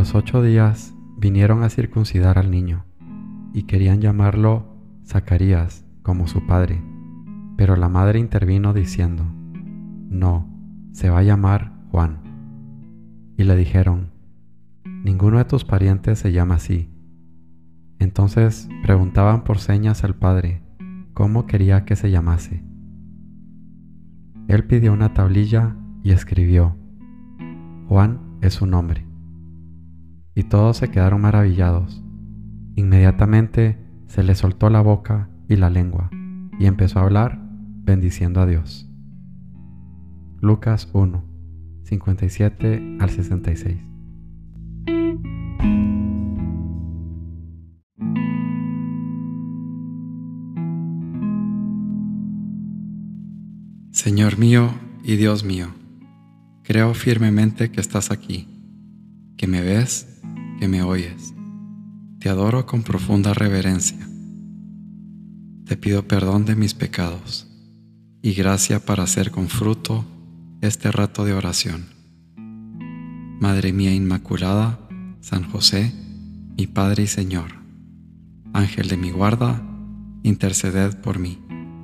los 8 días vinieron a circuncidar al niño y querían llamarlo Zacarías como su padre, pero la madre intervino diciendo: no, se va a llamar Juan. Y le dijeron: ninguno de tus parientes se llama así. Entonces preguntaban por señas al padre cómo quería que se llamase. Él pidió una tablilla y escribió: Juan es su nombre. Y todos se quedaron maravillados. Inmediatamente se le soltó la boca y la lengua, y empezó a hablar bendiciendo a Dios. Lucas 1, 57 al 66. Señor mío y Dios mío, creo firmemente que estás aquí, que me ves, que me oyes. Te adoro con profunda reverencia. Te pido perdón de mis pecados y gracia para hacer con fruto este rato de oración. Madre mía Inmaculada, San José, mi Padre y Señor, Ángel de mi guarda, interceded por mí.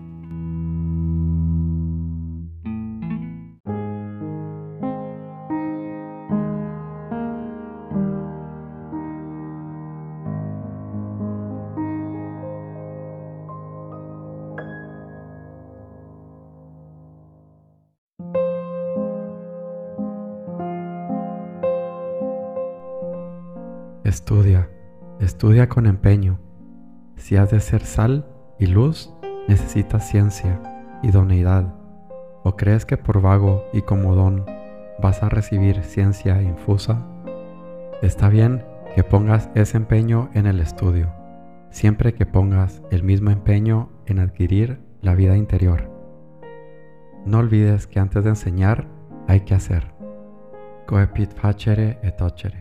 Estudia con empeño. Si has de ser sal y luz, necesitas ciencia, idoneidad. ¿O crees que por vago y como don vas a recibir ciencia infusa? Está bien que pongas ese empeño en el estudio, siempre que pongas el mismo empeño en adquirir la vida interior. No olvides que antes de enseñar hay que hacer. Coepit facere et ocere.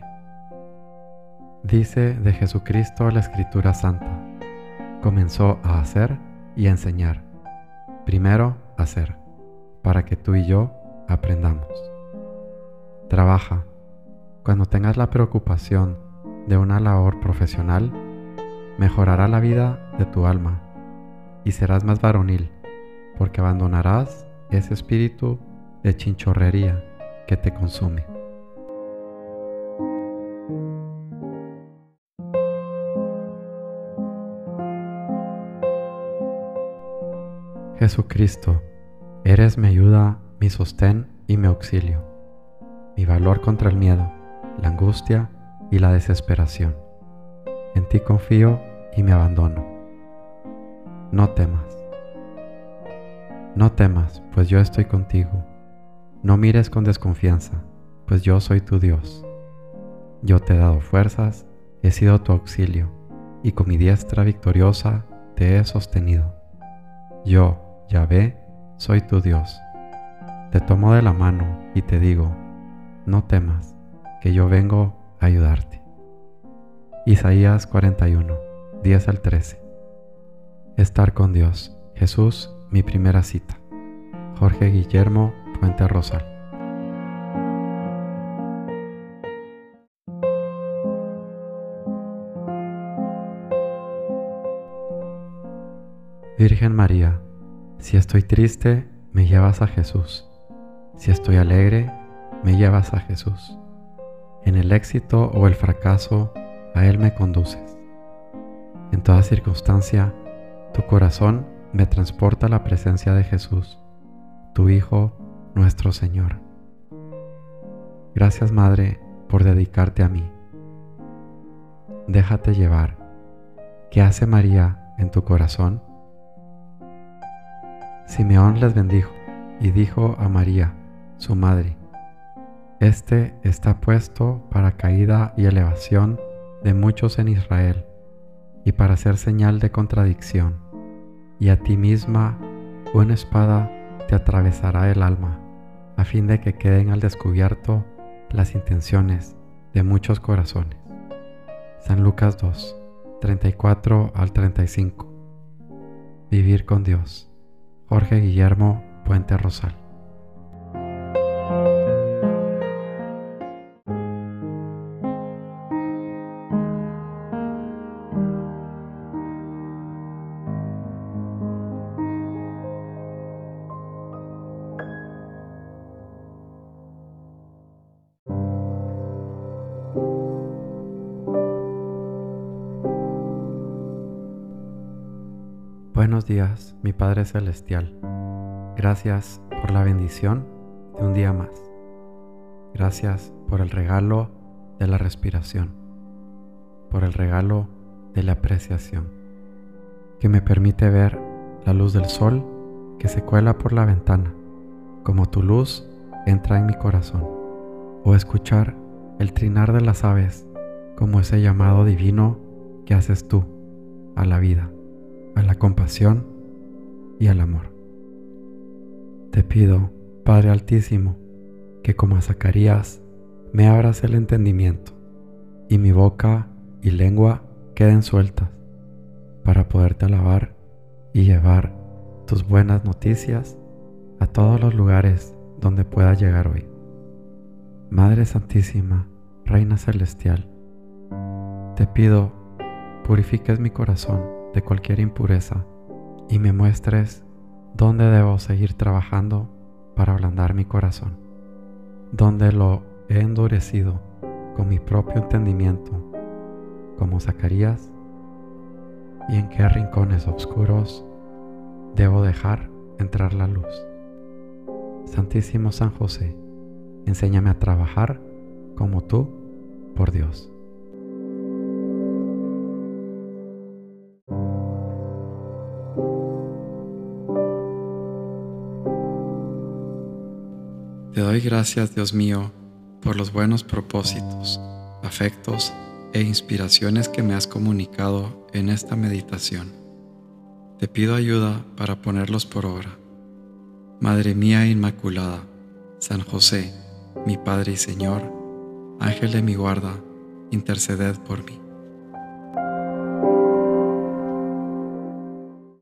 Dice de Jesucristo la Escritura Santa: comenzó a hacer y a enseñar. Primero hacer, para que tú y yo aprendamos. Trabaja. Cuando tengas la preocupación de una labor profesional, mejorará la vida de tu alma y serás más varonil, porque abandonarás ese espíritu de chinchorrería que te consume. Jesucristo, eres mi ayuda, mi sostén y mi auxilio, mi valor contra el miedo, la angustia y la desesperación. En ti confío y me abandono. No temas. No temas, pues yo estoy contigo. No mires con desconfianza, pues yo soy tu Dios. Yo te he dado fuerzas, he sido tu auxilio, y con mi diestra victoriosa te he sostenido. Yo, Yahvé, soy tu Dios. Te tomo de la mano y te digo: no temas, que yo vengo a ayudarte. Isaías 41, 10 al 13. Estar con Dios. Jesús, mi primera cita. Jorge Guillermo Puente Rosal. Virgen María, si estoy triste, me llevas a Jesús. Si estoy alegre, me llevas a Jesús. En el éxito o el fracaso, a Él me conduces. En toda circunstancia, tu corazón me transporta a la presencia de Jesús, tu Hijo, nuestro Señor. Gracias, Madre, por dedicarte a mí. Déjate llevar. ¿Qué hace María en tu corazón? Simeón les bendijo y dijo a María, su madre: Este está puesto para caída y elevación de muchos en Israel, y para ser señal de contradicción, y a ti misma una espada te atravesará el alma, a fin de que queden al descubierto las intenciones de muchos corazones. San Lucas 2, 34 al 35. Vivir con Dios. Jorge Guillermo Puente Rosal. Buenos días, mi Padre Celestial. Gracias por la bendición de un día más. Gracias por el regalo de la respiración, por el regalo de la apreciación, que me permite ver la luz del sol que se cuela por la ventana, como tu luz entra en mi corazón, o escuchar el trinar de las aves como ese llamado divino que haces tú a la vida, a la compasión y al amor. Te pido, Padre Altísimo, que como a Zacarías me abras el entendimiento y mi boca y lengua queden sueltas para poderte alabar y llevar tus buenas noticias a todos los lugares donde pueda llegar hoy. Madre Santísima, Reina Celestial, te pido purifiques mi corazón de cualquier impureza y me muestres dónde debo seguir trabajando para ablandar mi corazón, dónde lo he endurecido con mi propio entendimiento, como Zacarías, y en qué rincones oscuros debo dejar entrar la luz. Santísimo San José, enséñame a trabajar como tú, por Dios. Te doy gracias, Dios mío, por los buenos propósitos, afectos e inspiraciones que me has comunicado en esta meditación. Te pido ayuda para ponerlos por obra. Madre mía Inmaculada, San José, mi Padre y Señor, Ángel de mi guarda, interceded por mí.